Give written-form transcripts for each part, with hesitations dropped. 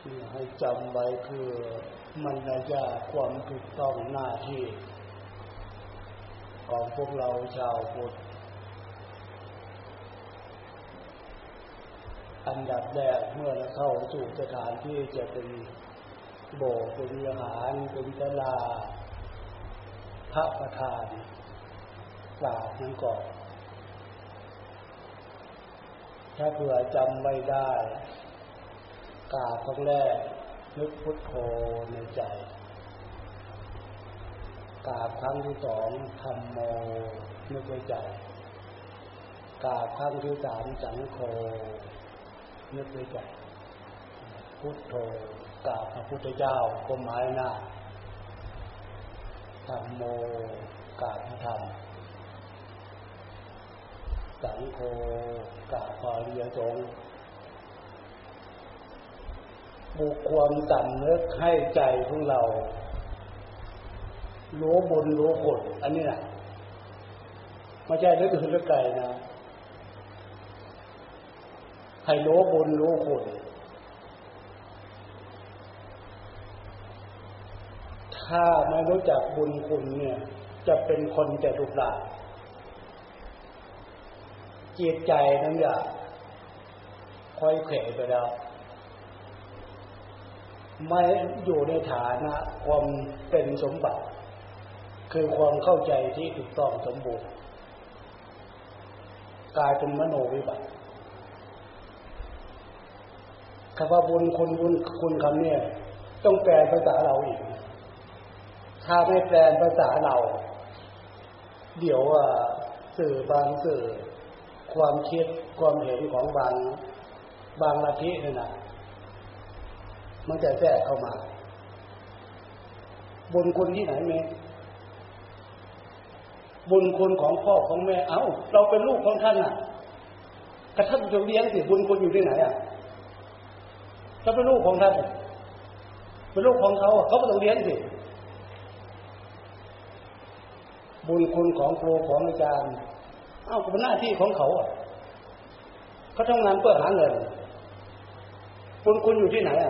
ให้จำไว้คือมันระยะความถูกต้องหน้าที่ของพวกเราชาวพุทธอันดับแรกเมื่อเราเข้าสู่สถานที่จะเป็นโบสถ์เป็นวิหารเป็นศาลาพระประธานกราบนั้นก่อนถ้าเผื่อจำไม่ได้กราบครั้งแรกนึกพุทโธในใจกราบครั้งที่สองธัมโมนึกในใจกราบครั้งที่สามสังโฆนึกในใจพุทโธกราบพระพุทธเจ้าก็หมายหน้าธัมโมกราบพระธรรมสังโฆกราบพระอริยสงฆ์บุคความสำนึกให้ใจของเรารู้บุญรู้คุณอันนี้นะไม่ใช่นึกถึงนึกไกลนะให้รู้บุญรู้คุณถ้าไม่รู้จักบุญคุณเนี่ยจะเป็นคนแต่ดุร้ายจิตใจนั้นอย่าค่อยเขวไปแล้วไม่อยู่ในฐานะความเป็นสมบัติคือความเข้าใจที่ถูกต้องสมบูรณ์กลายเป็นมโนวิบัติคำว่าบุญคุณคำนี้ต้องแปลภาษาเราอีกถ้าไม่แปลภาษาเราเดี๋ยวสื่อบางสื่อความคิดความเห็นของบางลัทธินี่นะมันจะแทรกเข้ามาบุญคุณที่ไหนมีบุญคุณของพ่อของแม่เอ้าเราเป็นลูกของท่านน่ะกระทั่งจะเลี้ยงสิบุญคุณอยู่ที่ไหนอ่ะถ้าเป็นลูกของท่านเป็นลูกของเขาเขาก็ต้องเลี้ยงสิบุญคุณของครูของอาจารย์เอ้าก็เป็นหน้าที่ของเขาอ่ะเขาทำงานเพื่อหาเงินบุญคุณอยู่ที่ไหนอ่ะ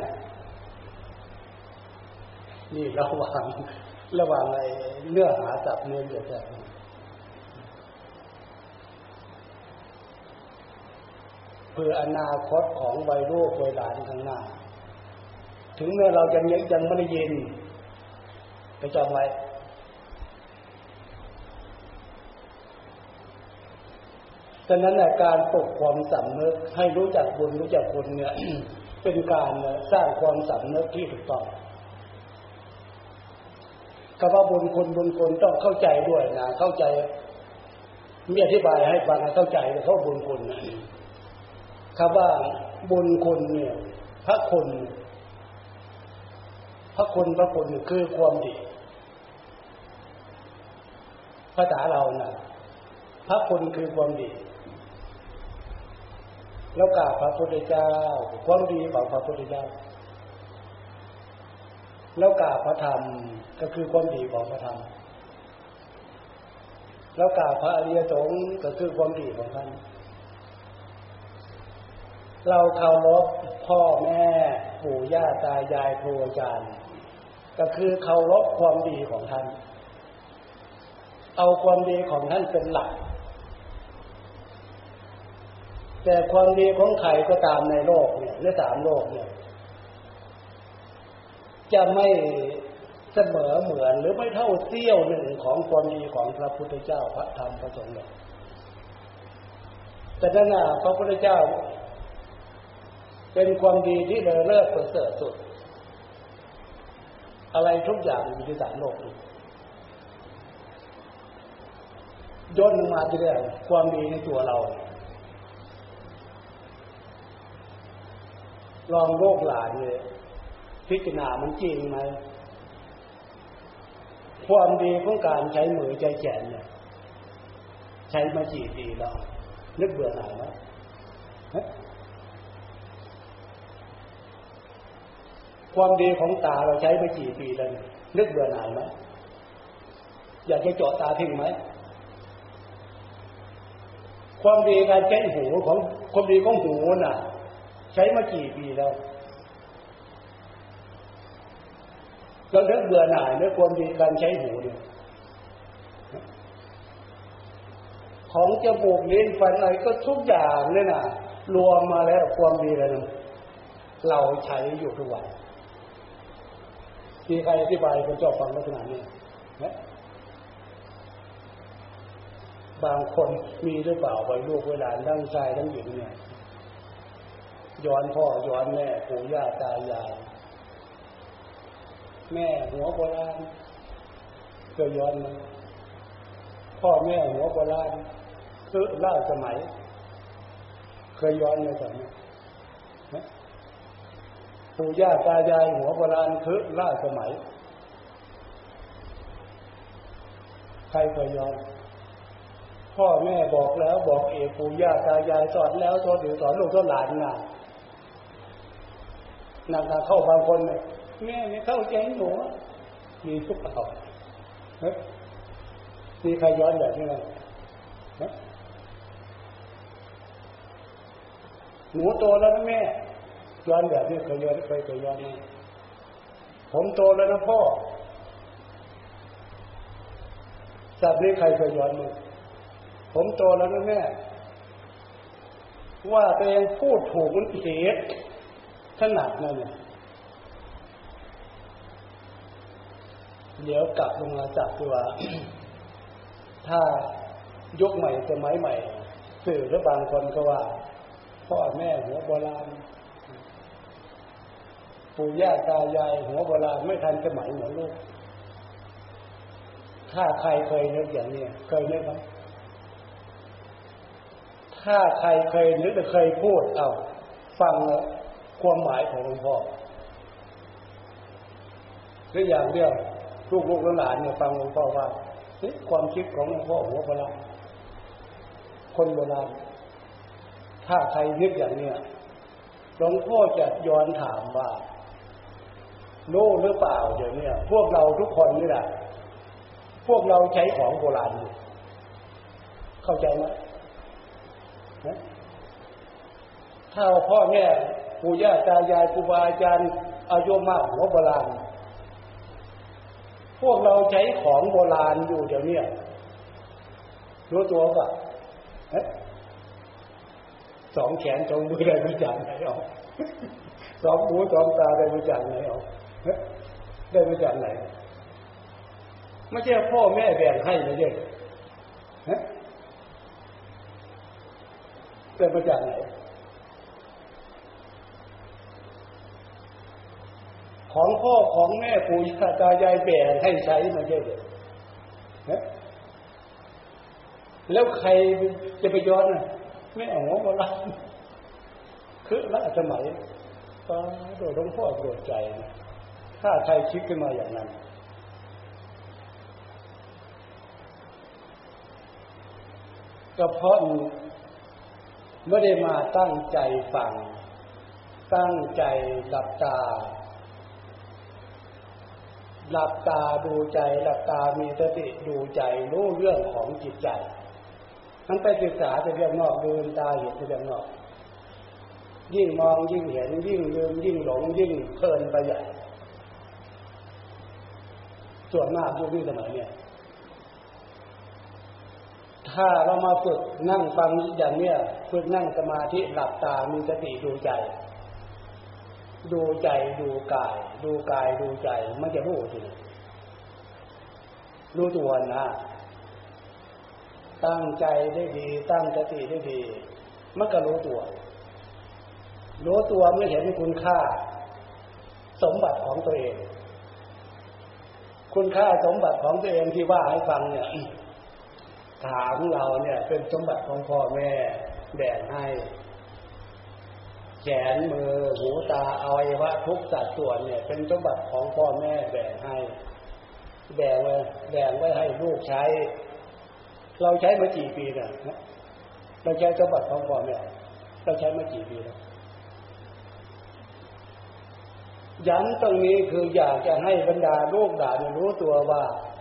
นี่ระหว่างไอ้เนื้อหาศัพท์เนี่ยจะแตกเพื่ออนาคตของวัยรุ่นวัยหลานข้างหน้าถึงเมื่อเรายังไม่ได้ยินก็จำไว้ฉะนั้นการปลุกความสำนึกให้รู้จักบุญรู้จักคุณเนี่ย เป็นการสร้างความสำนึกที่ถูกต้องคำว่าบุญคุณต้องเข้าใจด้วยนะเข้าใจมีอธิบายให้ฟังให้เข้าใจเขาบุญคุณนะคำว่าบุญคุณเนี่ยพระคุณคือความดีภาษาเรานะพระคุณคือความดีแล้วกราบพระพุทธเจ้าความดีของพระพุทธเจ้าแล้วกราบพระธรรมก็คือความดีของพระธรรมแล้วกราบพระอริยสงฆ์ก็คือความดีของท่านเราเคารพพ่อแม่ปู่ย่าตายายครูอาจารย์ก็คือเคารพความดีของท่านเอาความดีของท่านเป็นหลักแต่ความดีของใครก็ตามในโลกเนี่ยใน3โลกเนี่ยจะไม่เสมอเหมือนหรือไม่เท่าเสี้ยวหนึ่งของความดีของพระพุทธเจ้าพระธรรมพระสงฆ์เลยแต่นั่นน่ะพระพุทธเจ้าเป็นความดีที่เลอเลิศประเสริฐสุดอะไรทุกอย่างอยู่ใน3โลกนี้ย่นมาทีเดียวความดีในตัวเราลองโลกหลานเลยพิจารณามันจริงไหมความดีของการใช้มือใจแขนเนี่ยใช้มากี่ปีแล้วนึกเบื่อหน่ายไหมความดีของตาเราใช้มากี่ปีแล้วนึกเบื่อหน่ายไหมอยากจะเจาะตาทิ้งไหมความดีการใช้หูของความดีของหูน่ะใช้มากี่ปีแล้วเราเลิกเบื่อหน่ายในความดีการใช้หูเนี่ยของจมูกลิ้นฟันอะไรก็ทุกอย่างเลยนะรวมมาแล้วความดีแล้วเราใช้อยู่ทุกวันมีใครอธิบายคุณเจ้าฟังลักษณะนี้นะบางคนมีหรือเปล่าวัยลูกเวลาทั้งชายทั้งหญิงเนี่ยย้อนพ่อย้อนแม่ปู่ย่าตายายแม่หัวโบราณก็ย้อนมาพ่อแม่หัวโบราณคือล่าสมัยเคยย้อนไหมจ๊ะเนี่ยปู่ย่าตายายหัวโบราณคือล่าสมัยใครเคยย้อนพ่อแม่บอกแล้วบอกเอกปู่ย่าตายายสอนแล้วสอนถึงสอนลูกสอนหลานน่ะนั่งเข้าบางคนเนี่ยแม่ไม่เข้าใจหนูมีทุกข์ต่อมีใครย้อนแบบนี้ไหมหนูโตแล้วนะแม่ย้อนแบบนี้เคยย้อนเคยย้อนไหมผมโตแล้วนะพ่อสัตว์นี้ใครเคยย้อนมั้ยผมโตแล้วนะแม่ว่าตัวเองพูดถูกมันเสียขนาดนั้นเนี่ยเดี๋ยวกลับลงมาจากตัว ถ้ายกใหม่สมัยใหม่สื่อแล้วบางคนก็ว่าพ่อแม่หัวโบราณปู่ย่าตายายหัวโบราณไม่ทันสมัยเหมือนลูกถ้าใครเคยนึกอย่างนี้เคยนึกไหมถ้าใครเคยนึกหรือเคยพูดฟังความหมายของหลวงพ่อหรืออย่างเดียวลูกหลานเนี่ยฟังหลวงพ่อว่าความคิดของหลวงพ่อหัวโบราณคนโบราณถ้าใครนึกอย่างเนี้ยหลวงพ่อจะย้อนถามว่ารู้หรือเปล่าเดี๋ยวนี้พวกเราทุกคนนี่แหละพวกเราใช้ของโบราณอยู่เข้าใจไหมถ้าพ่อแม่ปู่ย่าตายายครูบาอาจารย์อายุมากหัวโบราณพวกเราใช้ของโบราณอยู่เดี๋ยวนี้รู้ตัวป่ะสองแขนสองมือได้มาจากไหนออกสองหูสองตาได้มาจากไหนออกได้มาจากไหนไม่ใช่พ่อแม่แบ่งให้ไม่ใช่ได้มาจากไหนของพ่อของแม่ปู่ย่าตายายแบ่งให้ใช้ไม่ใช่เลยแล้วใครจะไปย้อนแม่หัวโบราณคือละสมัยโดยหลวงพ่อโดดใจถ้าใครคิดขึ้นมาอย่างนั้นก็เพราะไม่ได้มาตั้งใจฟังตั้งใจหลับตาดูใจหลับตามีสติดูใจรู้เรื่องของจิตใจมันไปศึกษาแต่เรื่องนอกดูตาเห็นแต่เรื่องนอกยิ่งมองยิ่งเห็นยิ่งลืมยิ่งหลงยิ่งเพลินไปใหญ่ส่วนมากยุคนี้สมัยเนี่ยถ้าเรามาฝึกนั่งฟังอย่างเนี้ยฝึกนั่งสมาธิหลับตามีสติดูใจดูใจดูกายดูใจมันจะรู้ทีรู้ตัวนะตั้งใจได้ดีตั้งสติได้ดีมันก็รู้ตัวไม่เห็นคุณค่าสมบัติของตัวเองคุณค่าสมบัติของตัวเองที่ว่าให้ฟังเนี่ยถามเราเนี่ยเป็นสมบัติของพ่อแม่แบ่งให้แขนมือหูตาอวัยวะทุกสัดส่วนเนี่ยเป็นสมบัติของพ่อแม่แบ่งให้แบ่งไว้ให้ลูกใช้เราใช้มากี่ปีเนี่ยเราใช้สมบัติของพ่อแม่เราใช้มากี่ปีแล้วย้ำตรงนี้คืออยากจะให้บรรดาลูกหลานรู้ตัวว่า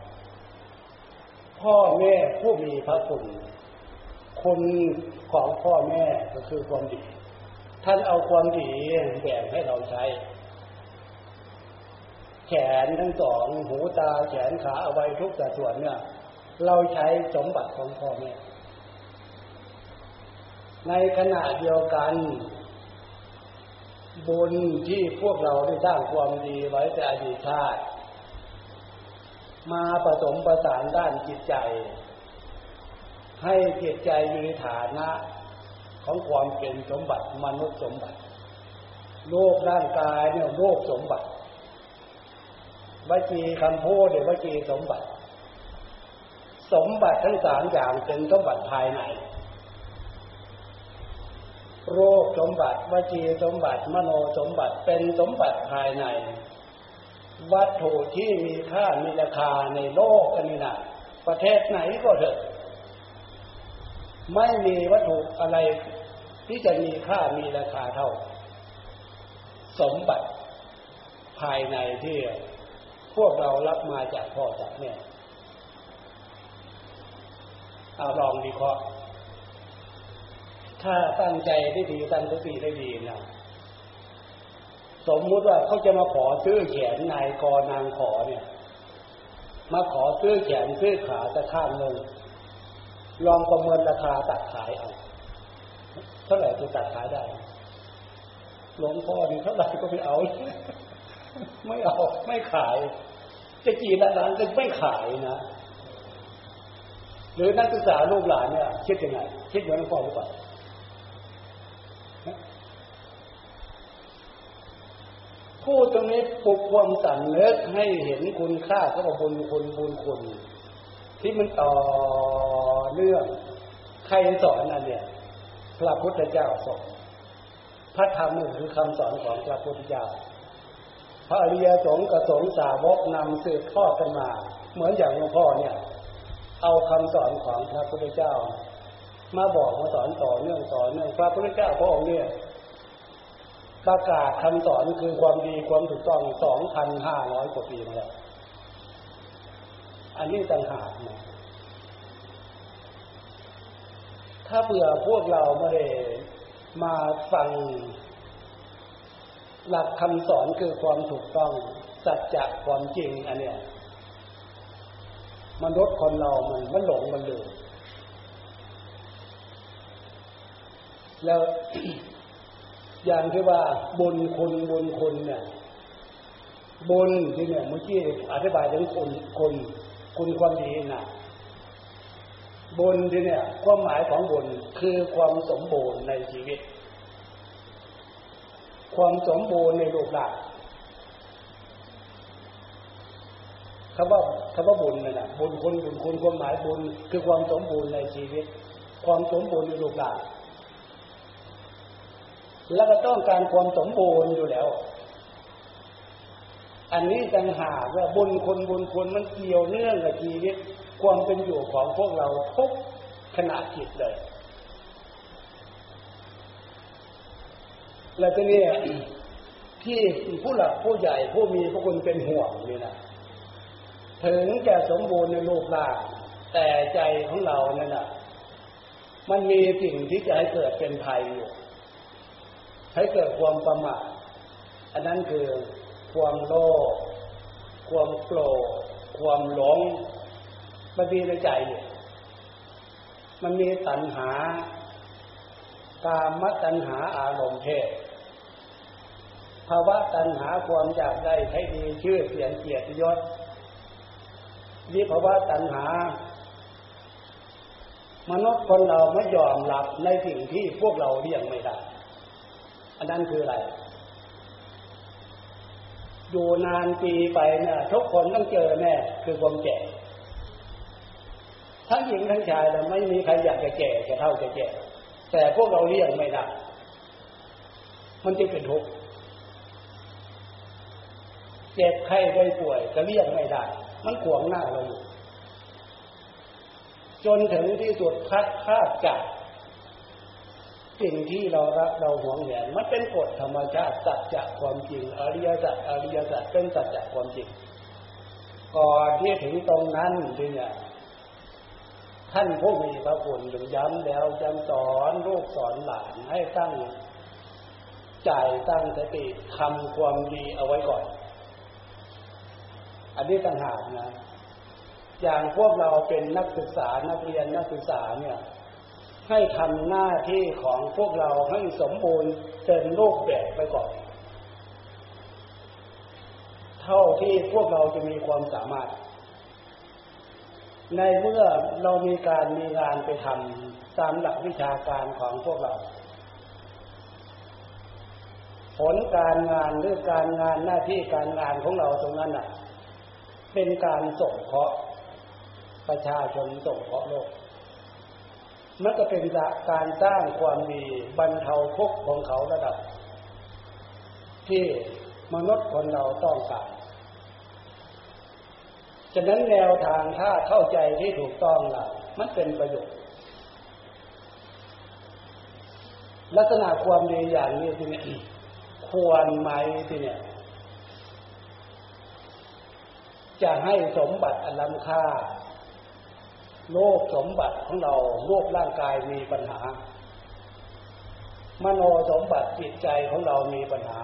พ่อแม่ผู้มีพระคุณคุณของพ่อแม่ก็คือความดีท่านเอาความดีแบ่งให้เราใช้แขนทั้งสองหูตาแขนขาอวัยวะทุกสัดส่วนเนี่ยเราใช้สมบัติของพ่อแม่ในขณะเดียวกันบุญที่พวกเราได้สร้างความดีไว้แต่อดีตชาติมาผสมประสานด้านจิตใจให้จิตใจอยู่ในฐานะของความเป็นสมบัติมนุษย์สมบัติโลกร่างกายเนี่ยโลกสมบัติวจีคำพูดเนี่ยวจีสมบัติสมบัติทั้งสามอย่างเป็นสมบัติภายในโลกสมบัติวจีสมบัติมโนสมบัติเป็นสมบัติภายในวัตถุที่มีค่ามีราคาในโลกอันนี้นะประเทศไหนก็เถอะไม่มีวัตถุอะไรที่จะมีค่ามีราคาเท่าสมบัติภายในที่พวกเรารับมาจากพ่อจากแม่เอาลองวิเคราะห์ถ้าตั้งใจได้ดีตั้งสติได้ดีนะสมมุติว่าเขาจะมาขอซื้อแขนนายกนางขอเนี่ยมาขอซื้อแขนซื้อขาจะข้างหนึ่งลองประเมินราคาตัดขายเอาเท่าไหร่จะตัดขายได้หลวงพ่อนี่เท่าไหร่ก็ไม่เอาไม่เอาไม่ขายจะกี่ล้านก็ไม่ขายนะหรือนักศึกษาลูกหลานเนี่ยคิดยังไงคิดเหมือนหลวงพ่อหรือเปล่าพูดตรงนี้ปลุกความสำนึกให้เห็นคุณค่าของบุญคุณที่มันต่อเนื่องใครสอนอันเนี่ยพระพุทธเจ้าสอนพระธรรมนี่คือคำสอนของพระพุทธเจ้าพระอริยสงฆ์กับสงฆ์สาวกนำสืบทอดกันมาเหมือนอย่างหลวงพ่อเนี่ยเอาคำสอนของพระพุทธเจ้ามาบอกมาสอนต่อเนื่องพระพุทธเจ้าพระองค์เนี่ยประกาศคำสอนคือความดีความถูกต้อง 2,500 กว่าปีมาแล้วอันนี้ต่างหากนะถ้าเผื่อพวกเราไม่ได้มาฟังหลักคำสอนคือความถูกต้องสัจจะความจริงอันเนี้ยมนุษย์คนเรามันหลงมันลืมแล้ว อย่างที่ว่าบุญคุณเนี่ยบุญที่เนี่ยเมื่อกี้อธิบายถึงคุณความดีน่ะบุญที่เนี่ยความหมายของบุญคือความสมบูรณ์ในชีวิตความสมบูรณ์ในรูปร่างคำว่าบุญนั่นน่ะบุญคุณความหมายบุญคือความสมบูรณ์ในชีวิตความสมบูรณ์ในรูปร่างแล้วก็ต้องการความสมบูรณ์อยู่แล้วอันนี้ต่างหากว่าบุญคุณมันเกี่ยวเนื่องกับชีวิตความเป็นอยู่ของพวกเราทุกขณะจิตเลยแล้วทีนี้ที่ผู้หลักผู้ใหญ่ผู้มีพระคุณเป็นห่วงนี่นะถึงจะสมบูรณ์ในรูปร่างแต่ใจของเรานั่นน่ะมันมีสิ่งที่จะให้เกิดเป็นภัยอยู่ให้เกิดความประมาทอันนั้นคือความโลภความโกรธความหลงมันมีในใจอยู่มันมีตัณหากามตัณหาอารมณ์เพศภาวะตัณหาความอยากได้ให้ดีชื่อเสียงเกียรติยศวิภาวะตัณหามนุษย์คนเราไม่ยอมรับในสิ่งที่พวกเราเลี่ยงไม่ได้อันนั้นคืออะไรอยู่นานปีไปเนี่ยทุกคนต้องเจอแน่คือความแก่ทั้งหญิงทั้งชายแต่ไม่มีใครอยากจะแก่จะเท่าจะแก่แต่พวกเราเลี่ยงไม่ได้มันจะเป็นทุกข์เจ็บไข้ได้ป่วยก็เลี่ยงไม่ได้มันขวางหน้าเราอยู่จนถึงที่สุดพัดพลาดจากสิ่งที่เรารักเราหวงแหนมันเป็นกฎธรรมชาติสัจจะความจริงอริยสัจเป็นสัจจะความจริงก่อนที่ถึงตรงนั้นเนี่ยท่านผู้มีพระคุณย้ำแล้วย้ำสอนลูกสอนหลานให้ตั้งใจตั้งสติทำความดีเอาไว้ก่อนอันนี้ต่างหากนะอย่างพวกเราเป็นนักศึกษานักเรียนนักศึกษาเนี่ยให้ทำหน้าที่ของพวกเราให้สมบูรณ์เต็มรูปแบบไปก่อนเท่าที่พวกเราจะมีความสามารถในเมื่อเรามีงานไปทำตามหลักวิชาการของพวกเราผลการงานหรือการงานหน้าที่การงานของเราตรงนั้นน่ะเป็นการส่งเคราะห์ประชาชนส่งเคราะห์โลกมันก็เป็นการสร้างความดีบรรเทาทุกข์ของเขาระดับที่มนุษย์คนเราต้องการฉะนั้นแนวทางถ้าเข้าใจที่ถูกต้องล่ะมันเป็นประโยชน์ลักษณะความดีอย่างนี้ที่นี่ควรไหมที่เนี่ยจะให้สมบัติอันล้ำค่าโลกสมบัติของเราโลกร่างกายมีปัญหามโนสมบัติจิตใจของเรามีปัญหา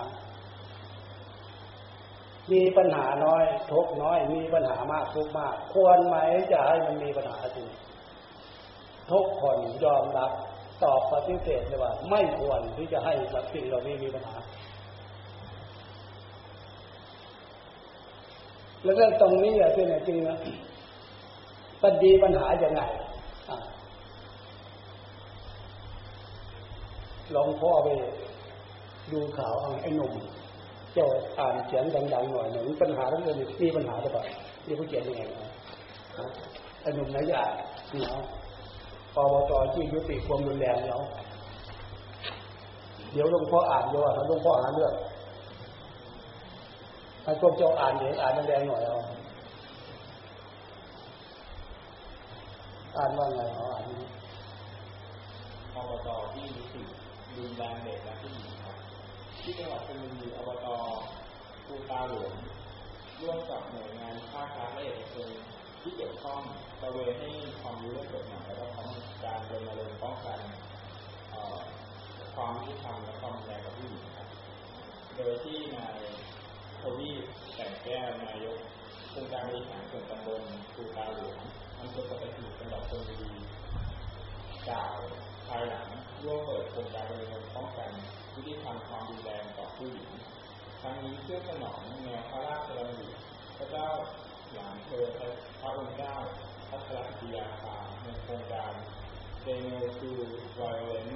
น้อยทุกข์น้อยมีปัญหามากทุกข์มากควรไหมจะให้มันมีปัญหาจริงทุกคนยอมรับตอบปฏิเสธเลยว่าไม่ควรที่จะให้สิ่งเหล่านี้มีปัญหาแล้วก็ตรงนี้ที่ไหนจริงนะปัญหาอย่างไรหลวงพ่อไปดูข่าวไอ้หนุ่มเจ้าอ่านเขียนดังๆหน่อยหนึ่งปัญหาเรื่องนี้มีปัญหาหรือเปล่าที่ผู้เขียนยังไงไอ้หนุ่มนายาเนี่ยอบต.ที่ยุติความรุนแรงแล้วเดี๋ยวหลวงพ่ออ่านด้วยหลวงพ่อหาเรื่องให้พวกเจ้าอ่านเองอ่านแรงๆหน่อยเอาอ่านว่าไงอ่านอบต.ที่ยุติรุนแรงเด็กและผู้หญิงครับที่จังหวัดชลบุรีอบต.ภูตาหลวงร่วมกับหน่วยงานภาครัฐและเอกชนที่เกี่ยวข้องตระเวนให้ความรู้เรื่องกฎหมายและการรณรงค์ป้องกันความยุติธรรมและความรุนแรงกับผู้หญิงครับโดยที่นายทวีปแต่งแก้วนายกองค์การบริหารส่วนตำบลภูตาหลวงอำเภอสัตหีบจังหวัดชลบุรีกล่าวภายหลังร่วมเปิดโครงการรณรงค์ป้องกันยุติธรรมความรุนแรงต่อผู้หญิงทั้งนี้เพื่อสนองแนวพระราชดำริพระเจ้าหลานเธอพระองค์เจ้าพัชรกิติยาภาในโครงการ Say No to Violence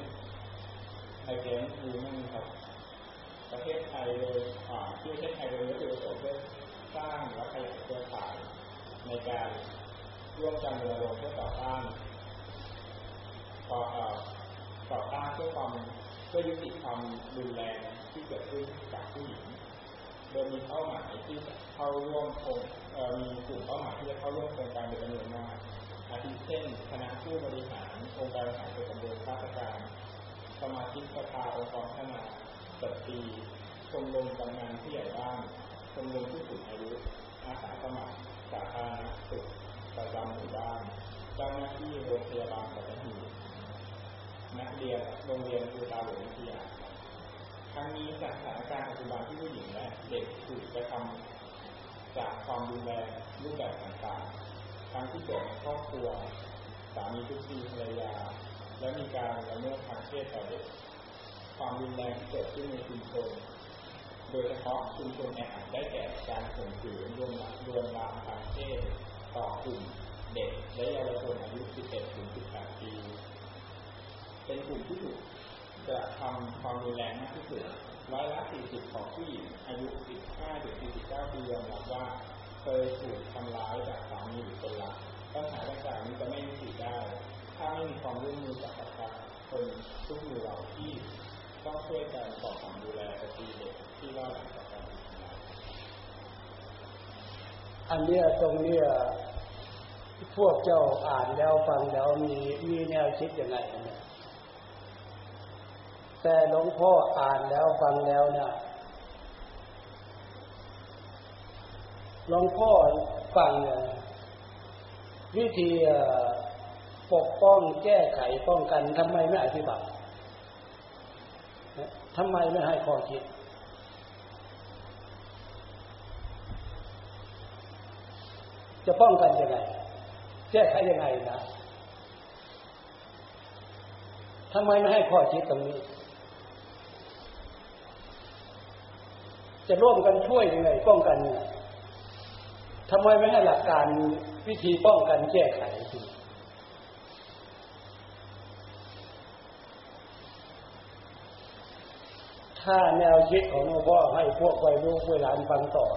Against Women ครับประเทศไทยโดยที่ประเทศไทยโดยวัตถุประสงค์เพื่อสร้างและขยายเครือข่ายในการร่วมกันรณรงค์เพื่อต่อต้านเพื่อยุติความรุนแรงที่เกิดขึ้นจากผู้หญิงโดยมีเป้าหมายที่จะเข้าร่วมมีกลุ่มเป้าหมายที่จะเข้าร่วมโครงการเป็นจำนวนมากอาทิเช่นคณะผู้บริหารองค์การบริหารส่วนตำบลราชการสมาชิกสภาองค์กรพัฒนาสตรีชมรมกำนันผู้ใหญ่บ้านชมรมผู้สูงอายุอาสาสมัครสาธารณสุขประจำหมู่บ้านเจ้าหน้าที่โรงพยาบาลสัตหีบนักเรียนโรงเรียนภูตาหลวงวิทยาทั้งนี้จากสถานการณ์ปัจจุบันที่ผู้หญิงและเด็กถูกกระทำจากความรุนแรงรูปแบบต่างๆทั้งที่เกิดในครอบครัวสามีทุบตีภรรยาและมีการละเมิดทางเพศต่อเด็กความรุนแรงที่เกิดขึ้นในชุมชนโดยเฉพาะชุมชนแออัดได้แก่การข่มขืนลวนลามทางเพศต่อกลุ่มเด็กและเยาวชนอายุ 11-18 ปีเป็นกลุ่มที่ถูกกระทำความรุนแรงมากที่สุด40%ของผู้หญิงอายุ 15-49 ปียอมรับว่าเคยถูกทำร้ายจากสามีหรือคนรักปัญหาต่างๆนี้จะไม่ยุติได้ถ้าไม่มีความร่วมมือจากประชาชนทุกหมู่เหล่าที่ต้องช่วยกันต่อความดูแลสตรีเด็กที่รอดหลังจากการถูกทำร้ายอันเนี้ยตรงเนี้ยพวกเจ้าอ่านแล้วฟังแล้วมีแนวคิดยังไงเนี่ยแต่หลวงพ่ออ่านแล้วฟังแล้วเนี่ยหลวงพ่อฟังวิธีปกป้องแก้ไขป้องกันทำไมไม่อธิบายทำไมไม่ให้ข้อคิดจะป้องกันยังไงแก้ไขยังไงนะทำไมไม่ให้ข้อคิดตรงนี้จะร่วมกันช่วยยังไงป้องกันยังไงทำไมไม่ให้หลักการวิธีป้องกันแก้ไขถ้าแนวคิดของหลวงพ่อให้พวกวัยรุ่นวัยหลานฟังต่อ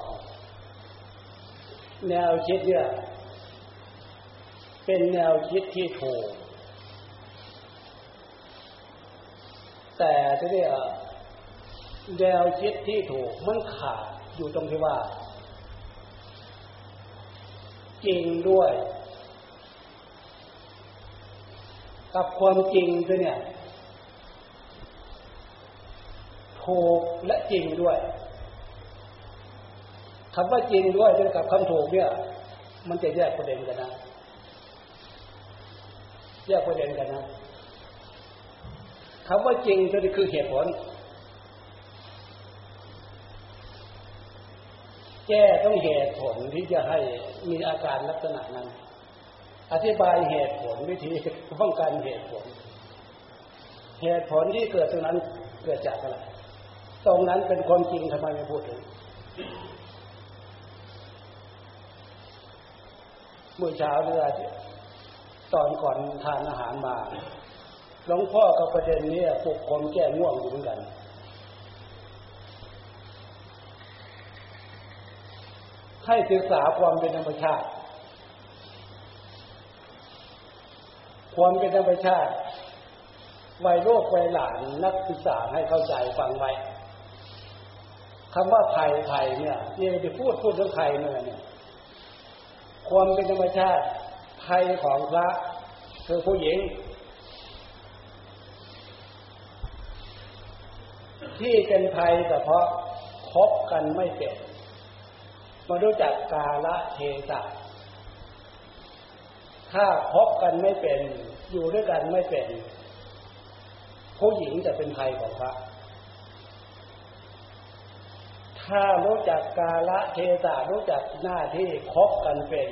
แนวคิดเนี่ยเป็นแนวคิดที่ถูกแต่ทีนี้แนวคิดที่ถูกมันขาดอยู่ตรงที่ว่าจริงด้วยกับความจริงด้วยเนี่ยถูกและจริงด้วยคำว่าจริงด้วยกับคำถูกเนี่ยมันจะแยกประเด็นกันนะแยกประเด็นกันนะคำว่าจริงก็คือเหตุผลแก้ต้องเหตุผลที่จะให้มีอาการลักษณะนั้นอธิบายเหตุผลวิธีป้องกันเหตุผลที่เกิดตรงนั้นเกิดจากอะไรตรงนั้นเป็นความจริงทำไมไม่พูดถึงเมื่อเช้าเนี่ยตอนก่อนทานอาหารมาหลวงพ่อกับประเด็นนี้ปลุกความแก้ง่วงอยู่เหมือนกันให้ศึกษาความเป็นธรรมชาติความเป็นธรรมชาติวัยโลกวัยหลานนักศึกษาให้เข้าใจฟังไว้คำว่าภัยเนี่ยนี่จะพูดเรื่องภัยเนี่ยความเป็นธรรมชาติภัยของพระคือผู้หญิงที่เป็นภัยแต่เพราะคบกันไม่เป็นมารู้จักกาลเทศะถ้าคบกันไม่เป็นอยู่ด้วยกันไม่เป็นผู้หญิงจะเป็นภัยของพระถ้ารู้จักกาลเทศะรู้จักหน้าที่คบกันเป็น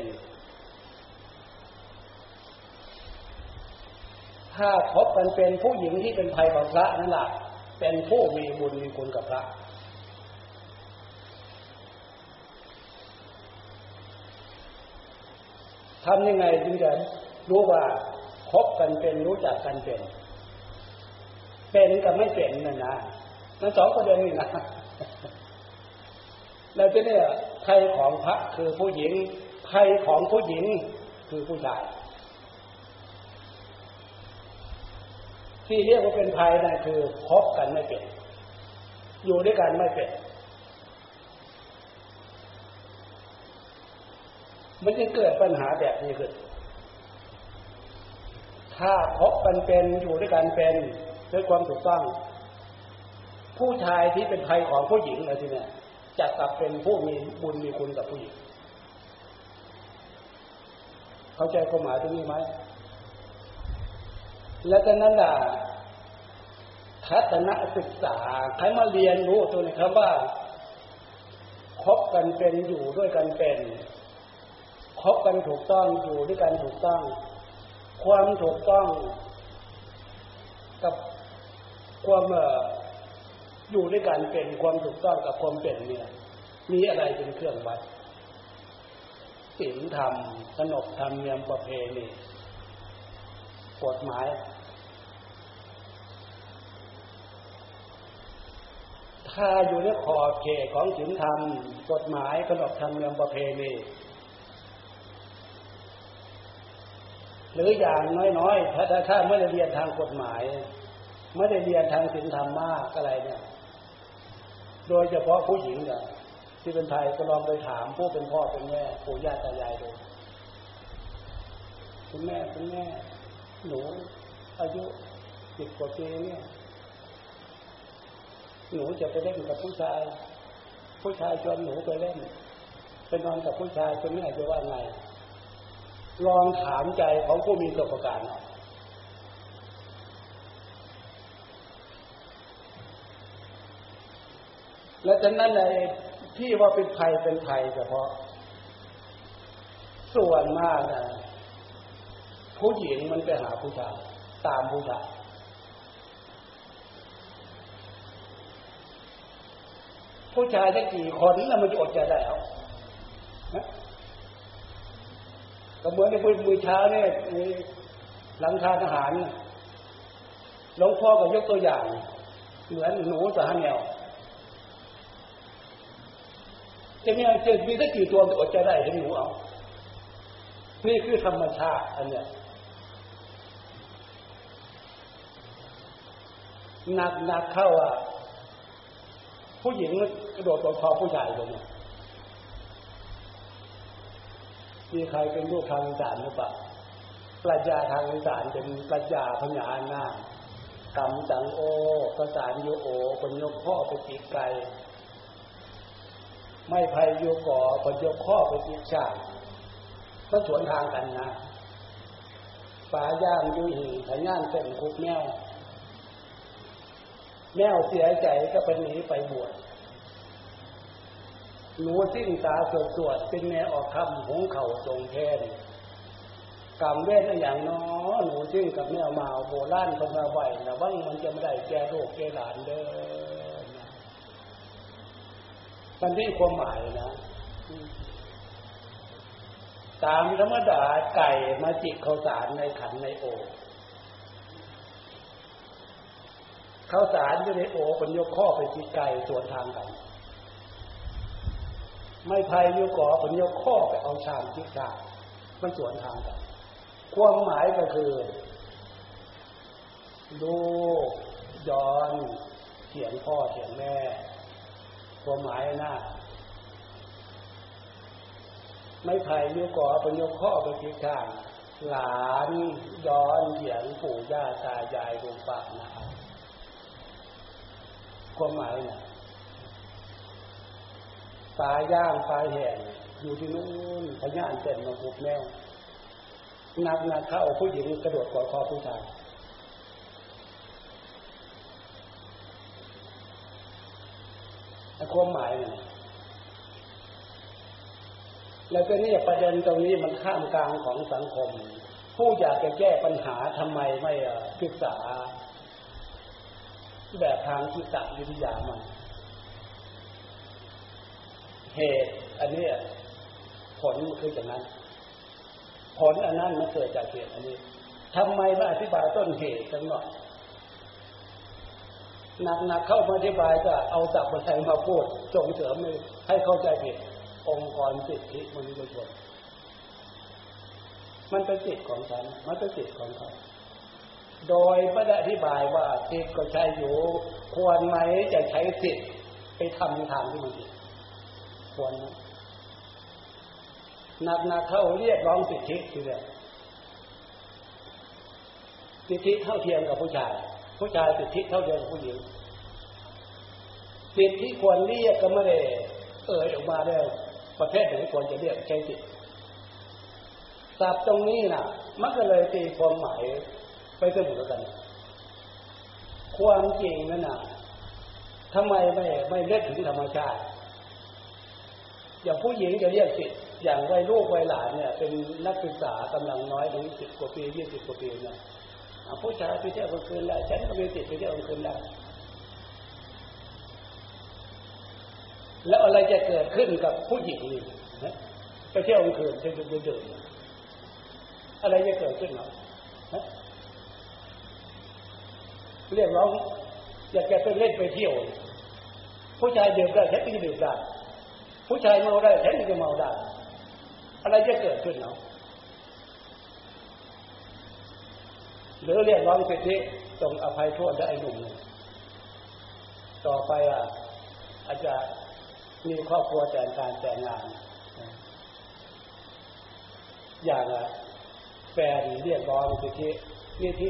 ถ้าคบกันเป็นผู้หญิงที่เป็นภัยของพระนั่นแหละเป็นผู้มีบุญมีคุณกับพระทำยังไงจึงจะรู้ว่าคบกันเป็นรู้จักกันเป็นกับไม่เป็นนั่นนะนั่นสองประเด็นนี่นะแล้วจะเนี่ยภัยของพระคือผู้หญิงภัยของผู้หญิงคือผู้ชายที่เรียกว่าเป็นภัยนั่นคือคบกันไม่เป็นอยู่ด้วยกันไม่เป็นมันจะเกิดปัญหาแบบนี้ขึ้นถ้าคบกันเป็นอยู่ด้วยกันเป็นด้วยความถูกต้องผู้ชายที่เป็นภัยของผู้หญิงอะไรทีเนี่ยจะกลับเป็นผู้มีบุญมีคุณกับผู้หญิงเข้าใจความหมายตรงนี้ไหมแล้วจากนั้นล่ะทัศนศึกษาใครมาเรียนรู้ตัวนี้ครับว่าคบกันเป็นอยู่ด้วยกันเป็นคบกันถูกต้องอยู่ด้วยกันถูกต้องความถูกต้องกับความอยู่ด้วยกันเป็นความถูกต้องกับความเป็นเนี่ยมีอะไรเป็นเครื่องวัดศีลธรรมขนบธรรมเนียมประเพณีกฎหมายถ้าอยู่ในขอบเขตของศีลธรรมกฎหมายขนบธรรมเนียมประเพณีหรืออย่างน้อยๆถ้าไม่ได้เรียนทางกฎหมายไม่ได้เรียนทางศีลธรรมมากอะไรเนี่ยโดยเฉพาะผู้หญิงเนี่ยที่เป็นไทยก็ลองไปถามผู้เป็นพ่อเป็นแม่ปู่ย่าตายายดูคุณแม่หนูอายุ10 กว่าปีเนี่ยหนูจะไปเล่นกับผู้ชายชวนหนูไปเล่นไปนอนกับผู้ชายคุณแม่จะว่าไงลองถามใจของผู้มีประสบการณ์และฉะนั้นในที่ว่าเป็นภัยเฉพาะส่วนมากนะผู้หญิงมันไปหาผู้ชายตามผู้ชายผู้ชายจะกี่คนแล้วมันจะอดใจได้แล้วก็เหมือนในมื้อเช้าเนี่ยหลังทานอาหารหลวงพ่อก็ยกตัวอย่างเหมือนหนูสหแนวจะมีสักกี่ตัวจะอดใจได้เห็นหนูเอานี่คือธรรมชาติอันเนี้ยหนักเข้าอ่ะผู้หญิงกระโดดตัวคอผู้ชายเลยเนี่ยมีใครเป็นลูกทางอีสานหรือเปล่าปรัชญาทางอีสานเป็นปรัชญาพญานาคกำจังโอประสานโยโอคนยกข้อไปตีไกลไม่ภัยโยก่อคนยกข้อไปตีชาติมันสวนทางกันนะป่าย่างยุยหิ่งขย่านเป็นคุกแมวเสียใจก็ไปหนีไปบวชหนูสิ้นตาสวดเป็นแม่ออกคำหงเข่าทรงแทนกรรมเวทอย่างน้อหนูสิ้นกับแมวมาโบราณคนมาไหวนะว่ามันจะไม่ได้แก่โรคแก่หลานเด้อมันได้ความหมายนะตามธรรมดาไก่มาจิกข้าวสารในขันในโอ่งข้าวสารอยู่ในโอ่งเป็นยกข้อไปจิกไก่สวนทางกันไม่ภัยอยู่ก่อเป็นยกข้อไปเอาชามจิกชามันสวนทางกันความหมายก็คือลูกย้อนเถียงพ่อเถียงแม่ความหมายน่ะไม่ไผ่นิ้วก่อเป็นยกข้อไปทิศทางหลานย้อนเถียงปู่ย่าตายายลุงป้านะครับความหมายน่ะปลาย่างปลาแห้งอยู่ที่นู้นพญานเต้นมาบุกแมวหนักเข้าผู้หญิงกระโดดกอดคอผู้ชายความหมายเนี่ยแล้วก็นี่ประเด็นตรงนี้มันข้ามกลางของสังคมผู้อยากจะแก้ปัญหาทำไมไม่ศึกษาแบบทางจิตวิทยามันเหตุอันนี้ผลคืออย่างนั้นผลอันนั้นมันเกิดจากเหตุอันนี้ทำไมไม่อธิบายต้นเหตุสักหน่อยหนักเข้ามาอธิบายก็เอาศัพท์ภาษามาพูดส่งเสริมให้เข้าใจผิดองค์กรสิทธิมนุษยชนมันเป็นสิทธิของฉันมันเป็นสิทธิของเขาโดยไม่ได้อธิบายว่าสิทธิก็ใช้อยู่ควรไหมจะใช้สิทธิไปทำทางที่มันผิดควรไหมหนักเข้าเรียกร้องสิทธิทีเดียวสิทธิเท่าเทียมกับผู้ชายสิทธิเท่าเทียมกับผู้หญิงสิทธิควรเรียกก็ไม่ได้ออกมาได้ประเภทไหนควรจะเรียกใช้สิทธิศัพท์ตรงนี้น่ะมันก็เลยตีความหมายไปเสมอกันความจริงนั่นน่ะทำไมไม่เรียกถึงธรรมชาติอย่างผู้หญิงจะเรียกสิทธิอย่างวัยลูกวัยหลานเนี่ยเป็นนักศึกษากำลังน้อยถึง10 กว่าปี20 กว่าปีเนี่ยผู้ชายไปเที่ยวกลางคืนได้ฉันก็มีสิทธิ์ไปเที่ยวกลางคืนได้แล้วอะไรจะเกิดขึ้นกับผู้หญิงนี่ไปเที่ยวกลางคืนไปดื่มอะไรจะเกิดขึ้นหรอเรียกร้องอยากจะไปเล่นไปเที่ยวผู้ชายดื่มได้ฉันก็จะดื่มได้ผู้ชายเมาได้ฉันก็จะเมาได้อะไรจะเกิดขึ้นหรอหรือเรียกร้องสิทธิตรงอภัยโทษได้ไอ้หนุ่มต่อไปอาจจะมีครอบครัวแต่งงานอย่างแฟนเรียกร้องสิทธินี่ที่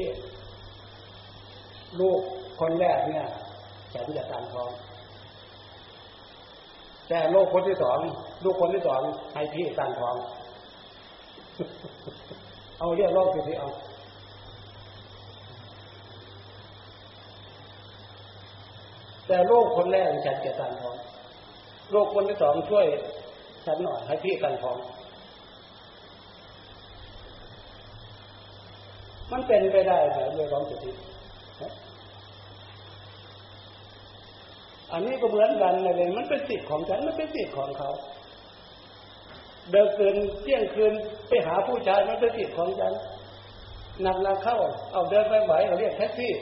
ลูกคนแรกเนี่ยฉันจะตั้งท้องแต่ลูกคนที่สองให้พี่ตั้งท้องเอาเรียกร้องสิทธิเอาแต่ลูกคนแรกฉันจะตั้งท้องลูกคนที่สองช่วยฉันหน่อยให้พี่ตั้งท้องมันเป็นไปได้ไหมเรื่องของสิทธิอันนี้ก็เหมือนกันเลยมันเป็นสิทธิ์ของฉันมันเป็นสิทธิ์ของเขาเดินคืนเที่ยงคืนไปหาผู้ชายมันเป็นสิทธิ์ของฉันหนักเข้าเอาเดินไปไหวเราเรียกแท็กซี่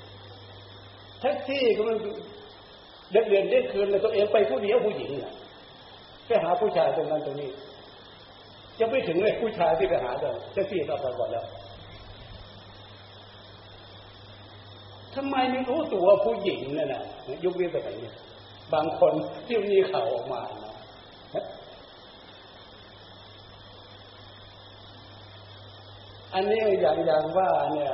ก็มันเดินเที่ยงคืนเลยตัวเองไปผู้เดียวผู้หญิงน่ะไปหาผู้ชายตรงนั้นตรงนี้จะไม่ถึงเลยผู้ชายที่ไปหาเลยแท็กซี่เอาไปก่อนแล้วทำไมไม่รู้ตัวผู้หญิงนั่นน่ะยุคนี้ไปไหนเนี่ยบางคนที่มีข่าวออกมานะอันนี้อย่างว่าเนี่ย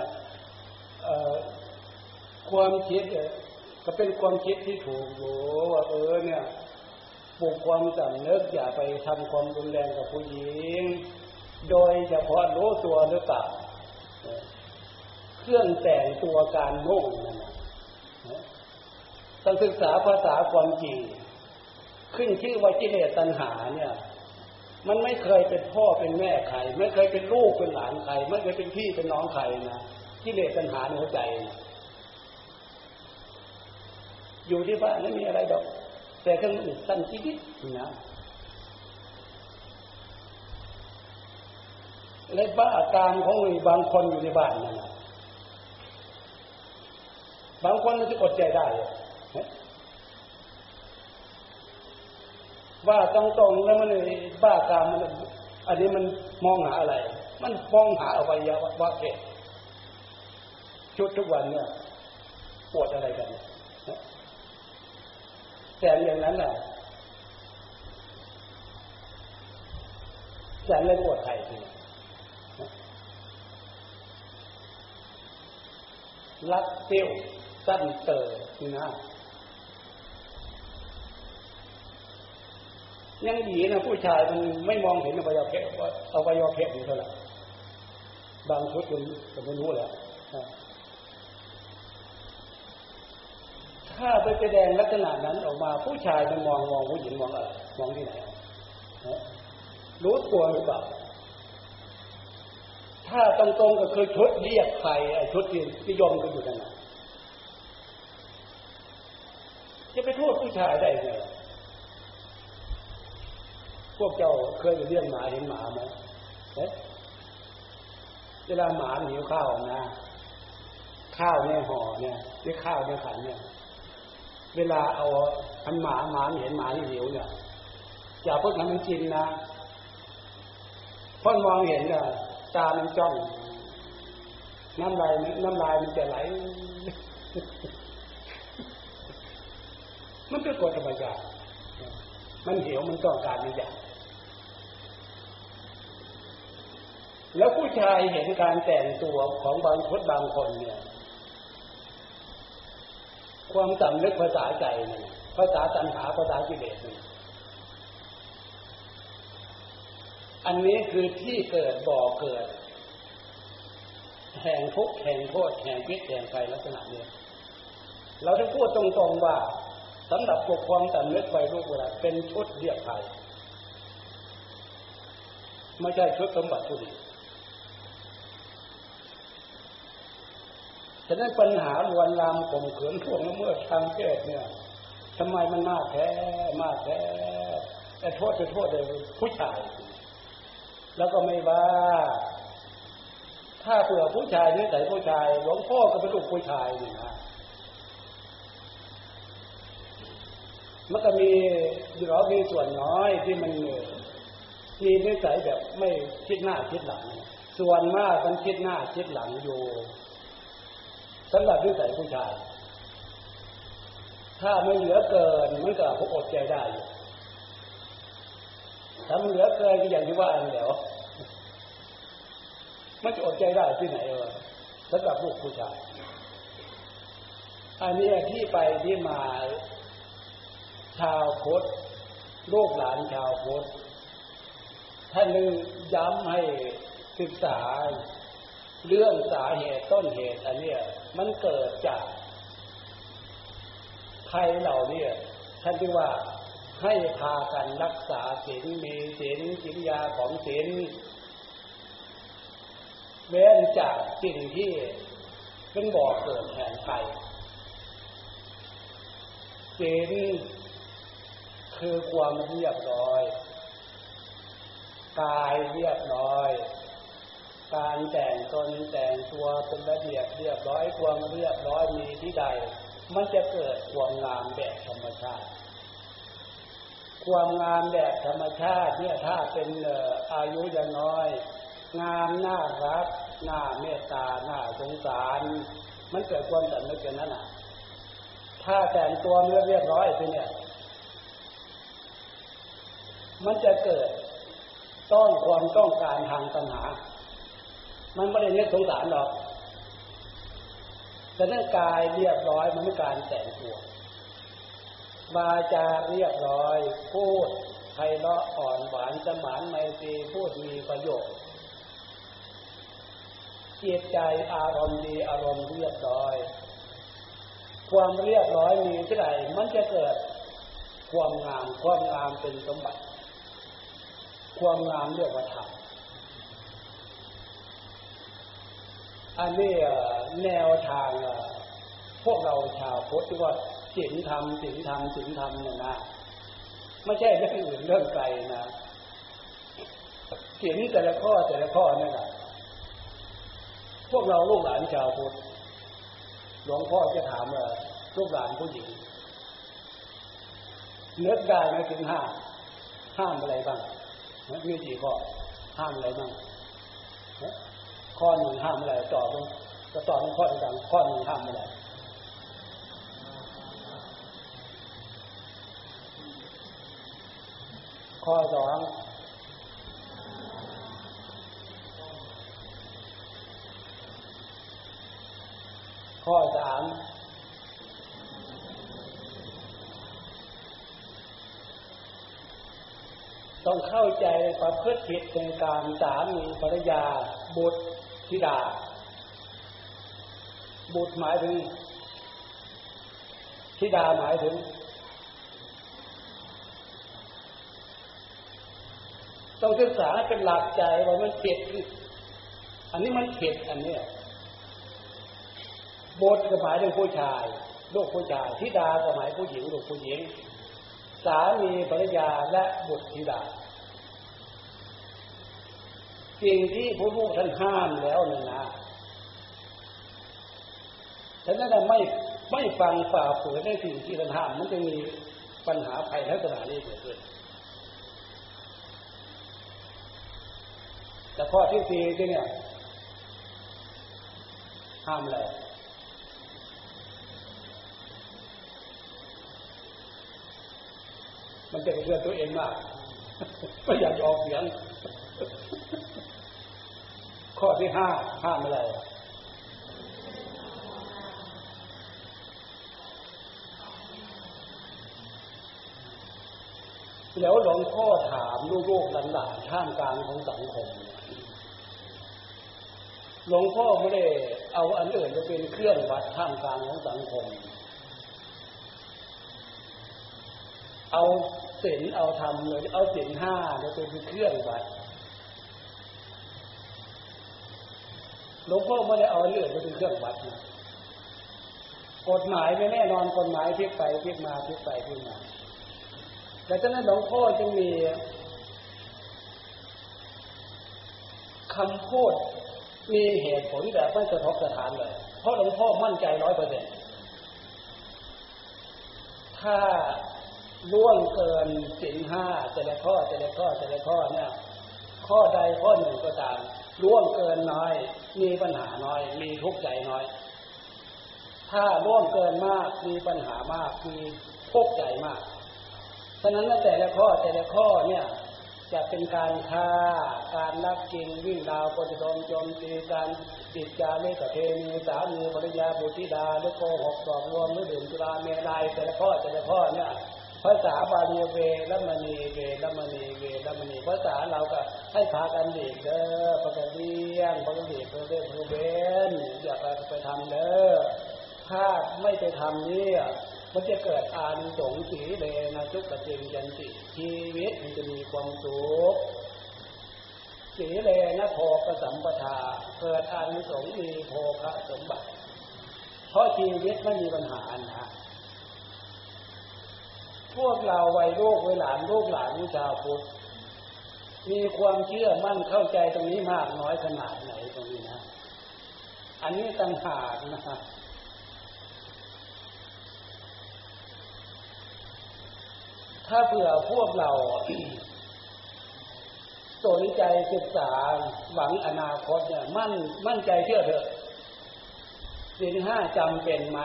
ความคิดก็เป็นความคิดที่ถูกอยู่ว่าเนี่ยปลูกความสำนึกอย่าไปทำความรุนแรงกับผู้หญิงโดยเฉพาะรู้ตัวหรือเปล่าเครื่องแต่งตัวการนุ่งนั่นนะต้องศึกษาภาษาความจริงขึ้นชื่อว่ากิเลสตัณหาเนี่ยมันไม่เคยเป็นพ่อเป็นแม่ใครไม่เคยเป็นลูกเป็นหลานใครไม่เคยเป็นพี่เป็นน้องใครนะกิเลสตัณหาในหัวใจอยู่ที่บ้านไม่มีอะไรดอกแต่ข้างอื่นสั้นคิดนะและบ้ากามของบางคนอยู่ในบ้านนั่นนะบางคนมันจะอดใจได้ว่าตรงๆแล้วมันบ้ากามมันอันนี้มันมองหาอะไรมันมองหาอวัยวะเพศชุดทุกวันเนี่ยปวดอะไรกันแต่อย่างนั้นแหละแต่เลยปวดไข่ทีรักเตี้ยวสั้นเตอนี่นะยังดีนะผู้ชายมันไม่มองเห็นอวัยวะเพศว่าอวัยวะเพศนี่เท่าไหร่บางชุดมันไม่รู้แหละถ้าไปแสดงลักษณะนั้นออกมาผู้ชายมันมองผู้หญิงมองอะไรมองที่ไหนรู้ตัวหรือเปล่าถ้าตรงๆก็คือชุดเรียกใครชุดที่นิยมกันอยู่นั่นน่ะจะไปโทษผู้ชายได้ไงพวกเจ้าเคยเลี้ยงหมาเห็นหมาไหมเวลาหมาหิวข้าวนะข้าวในห่อเนี่ยที่ข้าวในขันเนี่ยเวลาเอาอันหมาเห็นหมาที่หิวเนี่ยอย่าเพิ่งทำมันกินนะเพราะมองเห็นเนี่ยตามันจ้องน้ำลายมันจะไหลมันเป็นกฎธรรมชาติมันหิวมันต้องการนี่อย่างแล้วผู้ชายเห็นการแต่งตัวของบางคนเนี่ยความสำนึกภาษาใจเนี่ยภาษาตัณหาภาษากิเลสเนี่ยอันนี้คือที่เกิดบ่อเกิดแห่งทุกข์แห่งโทษแห่งพิษแห่งภัยลักษณะนี้เราจะพูดตรงๆว่าสำหรับปกความสำนึกไปรูปเวลาเป็นชุดเรียกภัยไม่ใช่ชุดสมบัติผู้ดีฉะนั้นปัญหาลวนลามข่มขืนท่วงละเมิดทางเพศเนี่ยทำไมมันมากแท้แต่โทษเลยผู้ชายแล้วก็ไม่ว่าถ้าเผื่อผู้ชายนิสัยผู้ชายหลวงพ่อก็เป็นลูกผู้ชายนี่นะมันก็มีส่วนน้อยที่มันมีนิสัยแบบไม่คิดหน้าคิดหลังส่วนมากมันคิดหน้าคิดหลังอยู่สำหรับนิสัยผู้ชายถ้าไม่เหลือเกินมันก็อดใจได้อยู่ถ้ามันเหลือเกินก็อย่างที่ว่าอันเดียวมันจะอดใจได้ที่ไหนสำหรับลูกผู้ชายอันนี้ที่ไปที่มาชาวพุทธลูกหลานชาวพุทธท่านนึงย้ำให้ศึกษาเรื่องสาเหตุต้นเหตุอันนี้มันเกิดจากภัยเหล่านี้ท่านที่ว่าให้พากันรักษาศีลมีศีลกิริยาของศีลเว้นจากสิ่งที่เป็นบ่อเกิดแห่งภัยศีลคือความเรียบร้อยกายเรียบร้อยการแต่งตนแต่งตัวเป็นระเบียบเรียบร้อยความเรียบร้อยมีที่ใดมันจะเกิดความงามแบบธรรมชาติความงามแบบธรรมชาติเนี่ยถ้าเป็นอายุยังน้อยงามน่ารักน่าเมตตาน่าสงสารมันเกิดความสำนึกอย่างนั้นน่ะถ้าแต่งตัวเรียบร้อยไปเนี่ยมันจะเกิดความต้องการทางตัณหามันไม่ได้นึกสงสารหรอกแต่ร่างกายเรียบร้อยมันไม่การแต่งตัววาจาเรียบร้อยพูดไพเราะอ่อนหวานสมานไมตรีพูดมีประโยชน์จิตใจอารมณ์ดีอารมณ์เรียบร้อยความเรียบร้อยมีที่ใดมันจะเกิดความงามเป็นสมบัติความงามเรียกว่าธรรมอันนี้แนวทางพวกเราชาวพุทธที่ว่าศีลธรรมเนี่ยนะไม่ใช่เรื่องอื่นเรื่องไกลนะศีลแต่ละข้อนี่แหละพวกเราลูกหลานชาวพุทธหลวงพ่อจะถามว่าลูกหลานผู้หญิงนึกได้ไหมถึงห้ามอะไรบ้างมีกี่ข้อห้ามอะไรบ้างข้อหนึ่งห้ามอะไรตอบข้อต่างข้อหนึ่งห้ามอะไรข้อสองข้อสามต้องเข้าใจประพฤติผิดในการสามีภรรยาบุตรธิดาบุตรหมายถึงธิดาหมายถึงต้องศึกษาเป็นหลักใจว่ามันผิดอันนี้มันผิดอันนี้บุตรหมายถึงผู้ชายลูกผู้ชายธิดาหมายผู้หญิงลูกผู้หญิงสามีภรรยาและบุตรธิดาสิ่งที่พระพุทธท่านห้ามแล้วนี่นะฉะนั้นไม่ฟังฝ่าฝืนในสิ่งที่ท่านห้ามมันจะมีปัญหาภัยลักษณะนี้เกิดขึ้นแต่ข้อที่สี่ที่เนี่ยห้ามอะไรมันจะเป็นเรื่องตัวเองมากไม่อยากออกเสียงข้อที่ห้ามอะไรแล้วหลวงพ่อถามลูกๆหลานๆท่ามกลางของสังคมหลวงพ่อไม่ได้เอาอันอื่นมาเป็นเครื่องวัดท่ามกลางของสังคมเอาศีลเอาธรรมเลยเอาศีลห้าเนี่ยเป็นเครื่องวัดหลวงพ่อไม่ได้เอาเรื่องมาเป็นเครื่องวัดนะกฎหมายไม่แน่นอนกฎหมายพลิกไปพลิกมาพลิกไปพลิกมาแต่ฉะนั้นหลวงพ่อจึงมีคำพูดมีเหตุผลแบบไม่สะทกสะท้านเลยเพราะหลวงพ่อมั่นใจ 100%ถ้าล่วงเกินศีลห้าแต่ละข้อเนี่ยข้อใดข้อหนึ่งก็ตามล่วงเกินน้อยมีปัญหาน้อยมีทุกข์ใจน้อยถ้าล่วงเกินมากมีปัญหามากมีทุกข์ใจมากฉะนั้นแต่ละข้อเนี่ยจะเป็นการฆ่าการลักจริงวิ่งราวปฏิดมโจมตีการติดจาริกประเพณีสามีภรรยาบุตรธิดาหรือโกหกหลอกลวงหรือดื่มสุราเมรัยแต่ละข้อเนี่ยภาษาบาลีเวรมณีภาษาเราก็ให้พากันหลีกเด้อพากันเลี้ยงพากันหลีกเด้อเว้นอย่าไปทำเด้อถ้าไม่ไปทำนี่มันจะเกิดอานิสงส์สีเลนะทุกขจิงยันติชีวิตมันจะมีความสุขสีเลนะโภคสัมปทาเกิดอานิสงส์มีโภคสมบัติเพราะชีวิตไม่มีปัญหานะพวกเราวัยลูกวัยหลานลูกหลานชาวพุทธมีความเชื่อมั่นเข้าใจตรงนี้มากน้อยขนาดไหนตรงนี้นะอันนี้ต่างหากนะถ้าเผื่อพวกเราสนใจศึกษาหวังอนาคตเนี่ยมั่นใจเชื่อเถอะศีลห้าจำเป็นไหม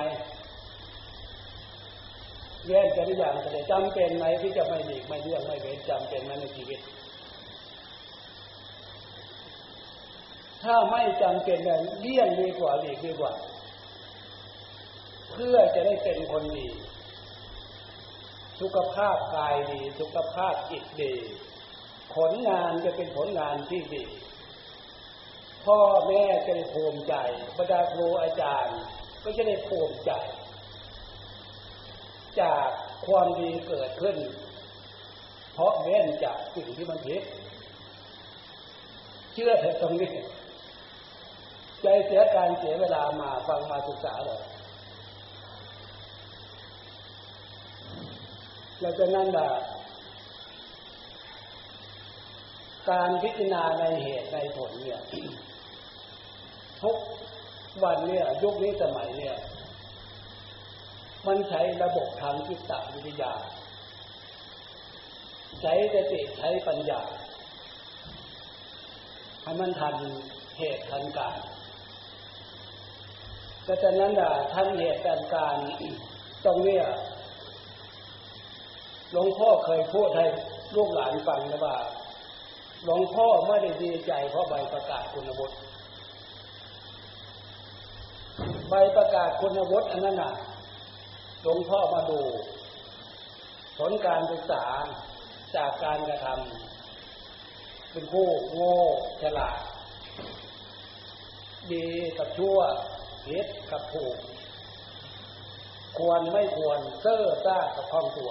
เรียนแต่ละอย่างแต่จำเป็นไหมที่จะไม่หลีกไม่เลี่ยงไม่เว้นจำเป็นไหมในชีวิตถ้าไม่จำเป็นเนี่ยเลี่ยงดีกว่าหลีกดีกว่าเพื่อจะได้เป็นคนดีสุขภาพกายดีสุขภาพจิตดีผลงานจะเป็นผลงานที่ดีพ่อแม่จะได้ภูมิใจบรรดาครูอาจารย์ก็จะได้ภูมิใจจากความดีเกิดขึ้นเพราะเว้นจากสิ่งที่มันผิดเชื่อเถอะตรงนี้ใจเสียการเสียเวลามาฟังมาศึกษาเลยแล้วจากนั้นล่ะการพิจารณาในเหตุในผลเนี่ยทุกวันเนี่ยยุคนี้สมัยเนี่ยมันใช้ระบบทางจิตวิทยาใช้สติใช้ปัญญาให้มันทันเหตุทันการแต่จากนั้นล่ะทันเหตุทันการตรงนี้หลวงพ่อเคยพูดให้ลูกหลานฟังนะว่าหลวงพ่อไม่ได้ดีใจเพราะใบประกาศคุณวุฒิใบประกาศคุณวุฒิอันนั้นน่ะหลวงพ่อมาดูผลการศึกษาจากการกระทำเป็นผู้โง่ฉลาดดีกับชั่วผิดกับถูกควรไม่ควรเซ่อซ่ากับคล่องตัว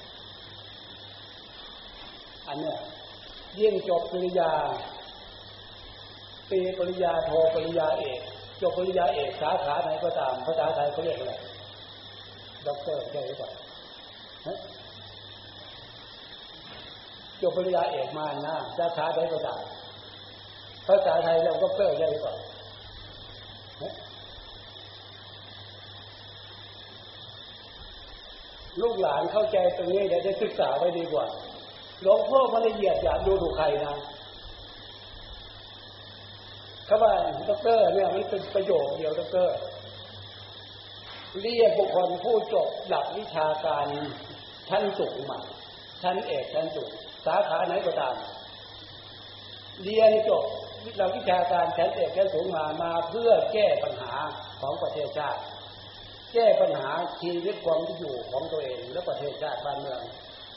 อันเนี้ยยิ่งจบปริญญาตรีปริญญาโทปริญญาเอกจบปริญญาเอกสาขาไหนก็ตามภาษาไทยเขาเรียกอะไรด็อกเตอร์ใช่หรือเปล่าจบปริญญาเอกมานะสาขาไหนก็ตามภาษาไทยเรียกด็อกเตอร์ใช่หรือเปล่าลูกหลานเข้าใจตรงนี้ได้ศึกษาไว้ดีกว่าหลวงพ่อไม่ละเอียดอยากดูใครนะเขาว่าด็อกเตอร์เนี่ยมันเป็นประโยคเดียวด็อกเตอร์เรียกบุคคลผู้จบหลักวิชาการชั้นสูงมาชั้นเอกชั้นสูงสาขาไหนก็ตามเรียนจบหลักวิชาการชั้นเอกชั้นสูงมาเพื่อแก้ปัญหาของประเทศชาติแก้ปัญหาชีวิตความเป็นอยู่ของตัวเองและประเทศชาติบ้านเมือง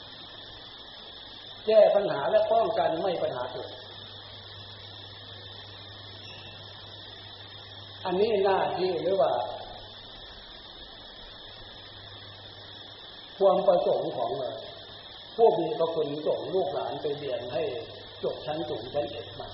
แก้ปัญหาและป้องกันไม่ปัญหาเกิดอันนี้หน้าที่หรือว่าความประสงค์ของผู้มีพระคุณส่งลูกหลานไปเรียนให้จบชั้นสูงชั้นเอกมา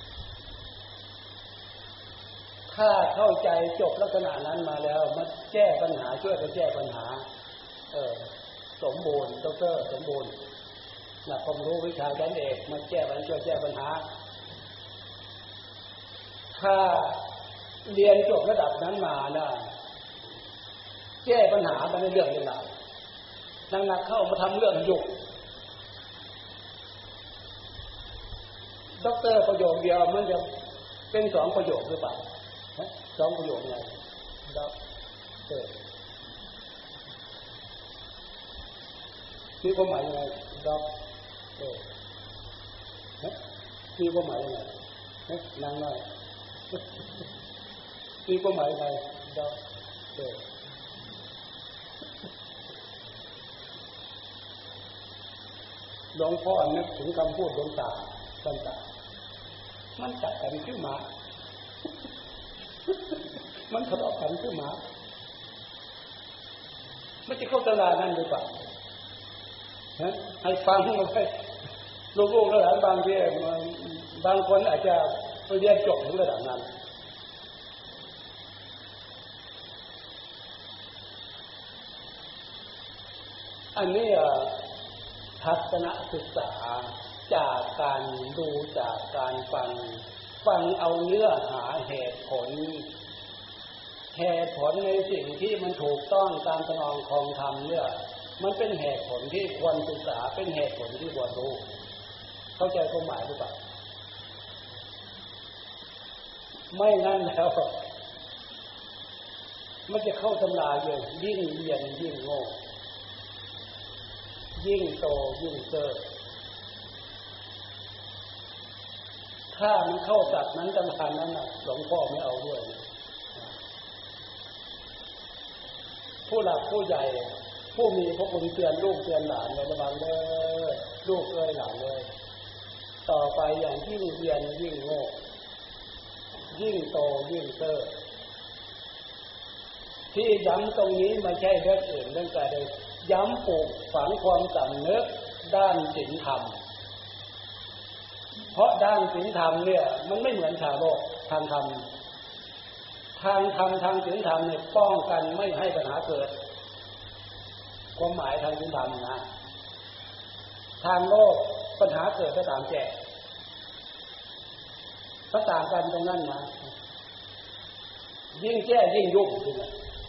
ถ้าเข้าใจจบลักษณะนั้นมาแล้วมาแก้ปัญหาช่วยกันแก้ปัญหาสมบูรณ์ดร.สมบูรณ์หลักความรู้วิชาชั้นเอกมาแก้ปัญหาช่วยแก้ปัญหาถ้าเรียนจบระดับนั้นมานะแก้ปัญหามันในเรื่องเวลาหนักๆเข้ามาทำเรื่องยุ่งด็อกเตอร์ประโยคเดียวมันจะเป็นสองประโยคหรือเปล่าสองประโยคไงด็อกเตอร์มีความหมายยังไงด็อกเตอร์มีความหมายยังไงนั่งหน่อยมีความหมายยังไงด็อกเตอร์หลวงพ่อนึกถึงคำพูดหลวงตามันจัดกันขึ้นมามันทะเลาะกันขึ้นมาไม่จะเข้าตลาดนั่นหรือเปล่าให้ฟังมาให้ลูกๆแล้วหลานบางทีบางคนอาจจะไปเรียนจบถึงระดับนั้นอันนี้ทัศนศึกษาจากการดูจากการฟังเอาเนื้อหาเหตุผลในสิ่งที่มันถูกต้องตามตำนองของธรรมเนี่ยมันเป็นเหตุผลที่ควรศึกษาเป็นเหตุผลที่ควรรู้เข้าใจความหมายหรือเปล่าไม่งั้นแล้วมันจะเข้าตำราเยอะยิ่งเรียนยิ่งโง่ยิ่งโตยิ่งเซ่อถ้ามันเข้าตัดนั้นตำรานั้นน่ะหลวงพ่อไม่เอาด้วยผู้หลักผู้ใหญ่ผู้มีพระคุณเตือนลูกเตือนหลานในระหว่างลูกหลานเลยต่อไปอย่างยิ่งเรียนยิ่งโง่ยิ่งโตยิ่งเซ่อที่ย้ำตรงนี้ไม่ใช่เรื่องอื่นเรื่องการใดย้ำปลูกฝังความสำนึกด้านศีลธรรมเพราะด้านศีลธรรมเนี่ยมันไม่เหมือนชาวโลกทางธรรมทางศีลธรรมเนี่ยป้องกันไม่ให้ปัญหาเกิดความหมายทางศีลธรรมนะทางโลกปัญหาเกิดก็ตามแก่ก็ต่างกันตรงนั้นนะยิ่งแก้ยิ่งยุ่งจริง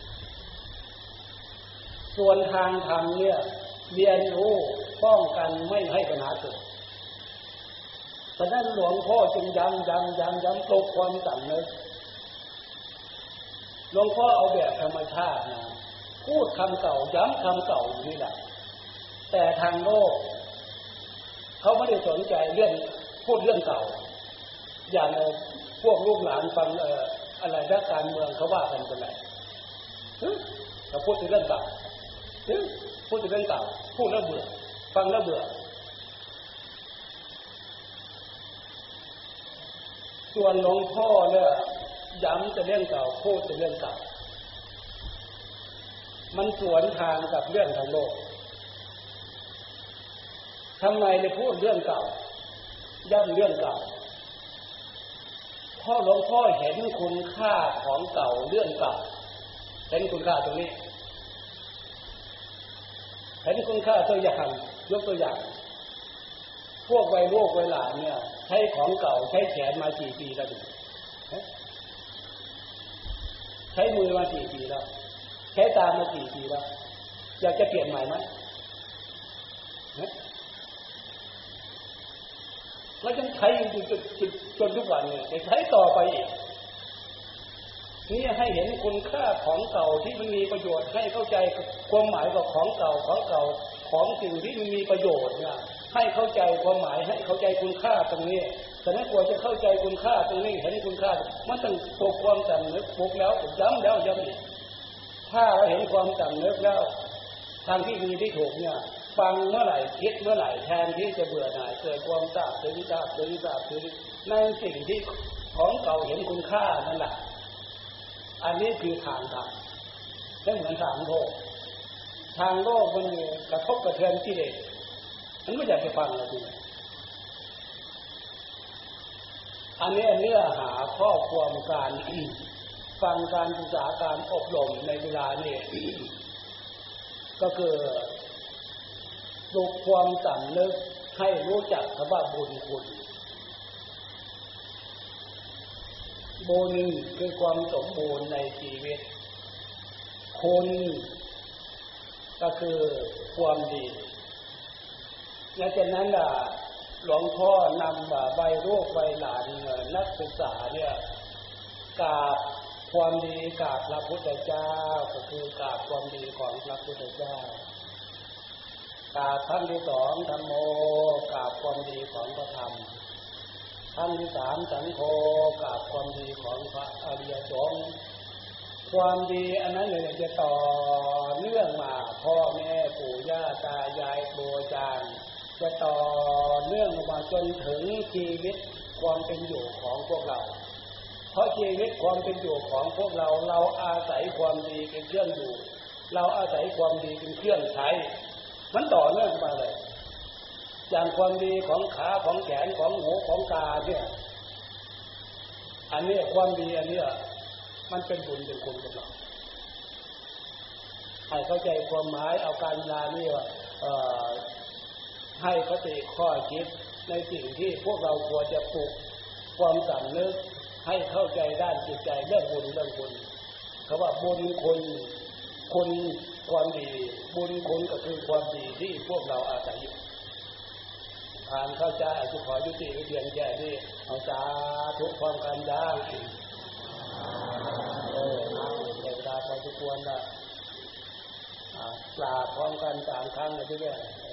ส่วนทางธรรมเนี่ยเรียนรู้ป้องกันไม่ให้ปัญหาเกิดฉะนั้นหลวงพ่อจึงย้ำปลุกความสำนึกหลวงพ่อเอาแบบธรรมชาตินะพูดคำเก่าย้ำคำเก่าอยู่นี่แหละแต่ทางโลกเขาไม่ได้สนใจเรื่องพูดเรื่องเก่าอย่างพวกลูกหลานฟังอะไรด้านการเมืองเขาว่ากันเป็นไรเขาพูดถึงเรื่องเก่าพูดถึงเรื่องเก่าพูดแล้วเบื่อฟังแล้วเบื่อส่วนหลวงพ่อเนี่ยย้ำจะเรื่องเก่าพูดจะเรื่องเก่ามันสวนทางกับเรื่องทางโลกทำไมเลยพูดเรื่องเก่าย้ำเรื่องเก่าเพราะหลวงพ่อเห็นคุณค่าของเก่าเรื่องเก่าเห็นคุณค่าตรงนี้เห็นคุณค่าตัวอย่างยกตัวอย่างพวกวัยรุ่นวัยหลานเนี่ยใช้ของเก่าใช้แขนมากี่ปีแล้วดิใช้มือมากี่ปีแล้วใช้ตามากี่ปีแล้วอยากจะเปลี่ยนใหม่ไหมแล้วยังใช้จนทุกวันเนี่ยจะใช้ต่อไปอีกนี่ให้เห็นคุณค่าของเก่าที่มันมีประโยชน์ให้เข้าใจความหมายของเก่าของสิ่งที่มันมีประโยชน์เนี่ยให้เข้าใจความหมายให้เข้าใจคุณค่าตรงนี้แต่ถ้ากว่าจะเข้าใจคุณค่าตรงนี้เห็นคุณค่ามันต้องปลุกความสำนึกปลุกแล้วย้ำแล้วย้ำอีกถ้าเราเห็นความสำนึกแล้วทางที่ดีที่ถูกเนี่ยฟังเมื่อไหร่คิดเมื่อไหร่แทนที่จะเบื่อหน่ายเกิดความทราบซึ้งในสิ่งที่ของเก่าเห็นคุณค่านั่นแหละอันนี้คือทางธรรมไม่เหมือนทางโลกทางโลกมันกระทบกระเทือนกิเลสมันไม่อยากจะฟังเลยทีอันนี้เนื้อหาข้อความการฟังการศึกษาการอบรมในเวลานี้ก็คือปลุกความสำนึกให้รู้จักคำว่าบุญคุณบุญคือความสมบูรณ์ในชีวิตคุณก็คือความดีและจากนั้นหลวงพ่อนำใบรูปใบหลานนักศึกษาเนี่ยกราบความดีกราบพระพุทธเจ้าก็คือกราบความดีของพระพุทธเจ้ากราบขั้นที่สองธัมโมกราบความดีของพระธรรมขั้นที่สามสังโฆกราบความดีของพระอริยสงฆ์ความดีอันนั้นเลยจะต่อเนื่องมาพ่อแม่ปู่ย่าตายายครูอาจารย์จะต่อเนื่องมาจนถึงชีวิตความเป็นอยู่ของพวกเราเพราะชีวิตความเป็นอยู่ของพวกเราอาศัยความดีเป็นเครื่องอยู่เราอาศัยความดีเป็นเครื่องใช้มันต่อเนื่องมาเลยอย่างความดีของขาของแขนของหูของตาเนี่ยอันนี้ความดีอันนี้มันเป็นบุญเป็นคุณกับเราให้เข้าใจความหมายเอาการงานนี่ว่าให้คติข้อคิดในสิ่งที่พวกเราควรจะปลูกความสำนึกให้เข้าใจด้านจิตใจเรื่องบุญเรื่องคุณเขาว่าบุญคุณความดีบุญคุณก็คือความดีที่พวกเราอาศัยอยู่ผ่านเข้าใจอาจจะขอยุติเพียงแค่นี้เอาสาธุความกันได้เอาเวลาพอสมควรนะกราบพร้อมกัน3 ครั้งนะที่เนี่ย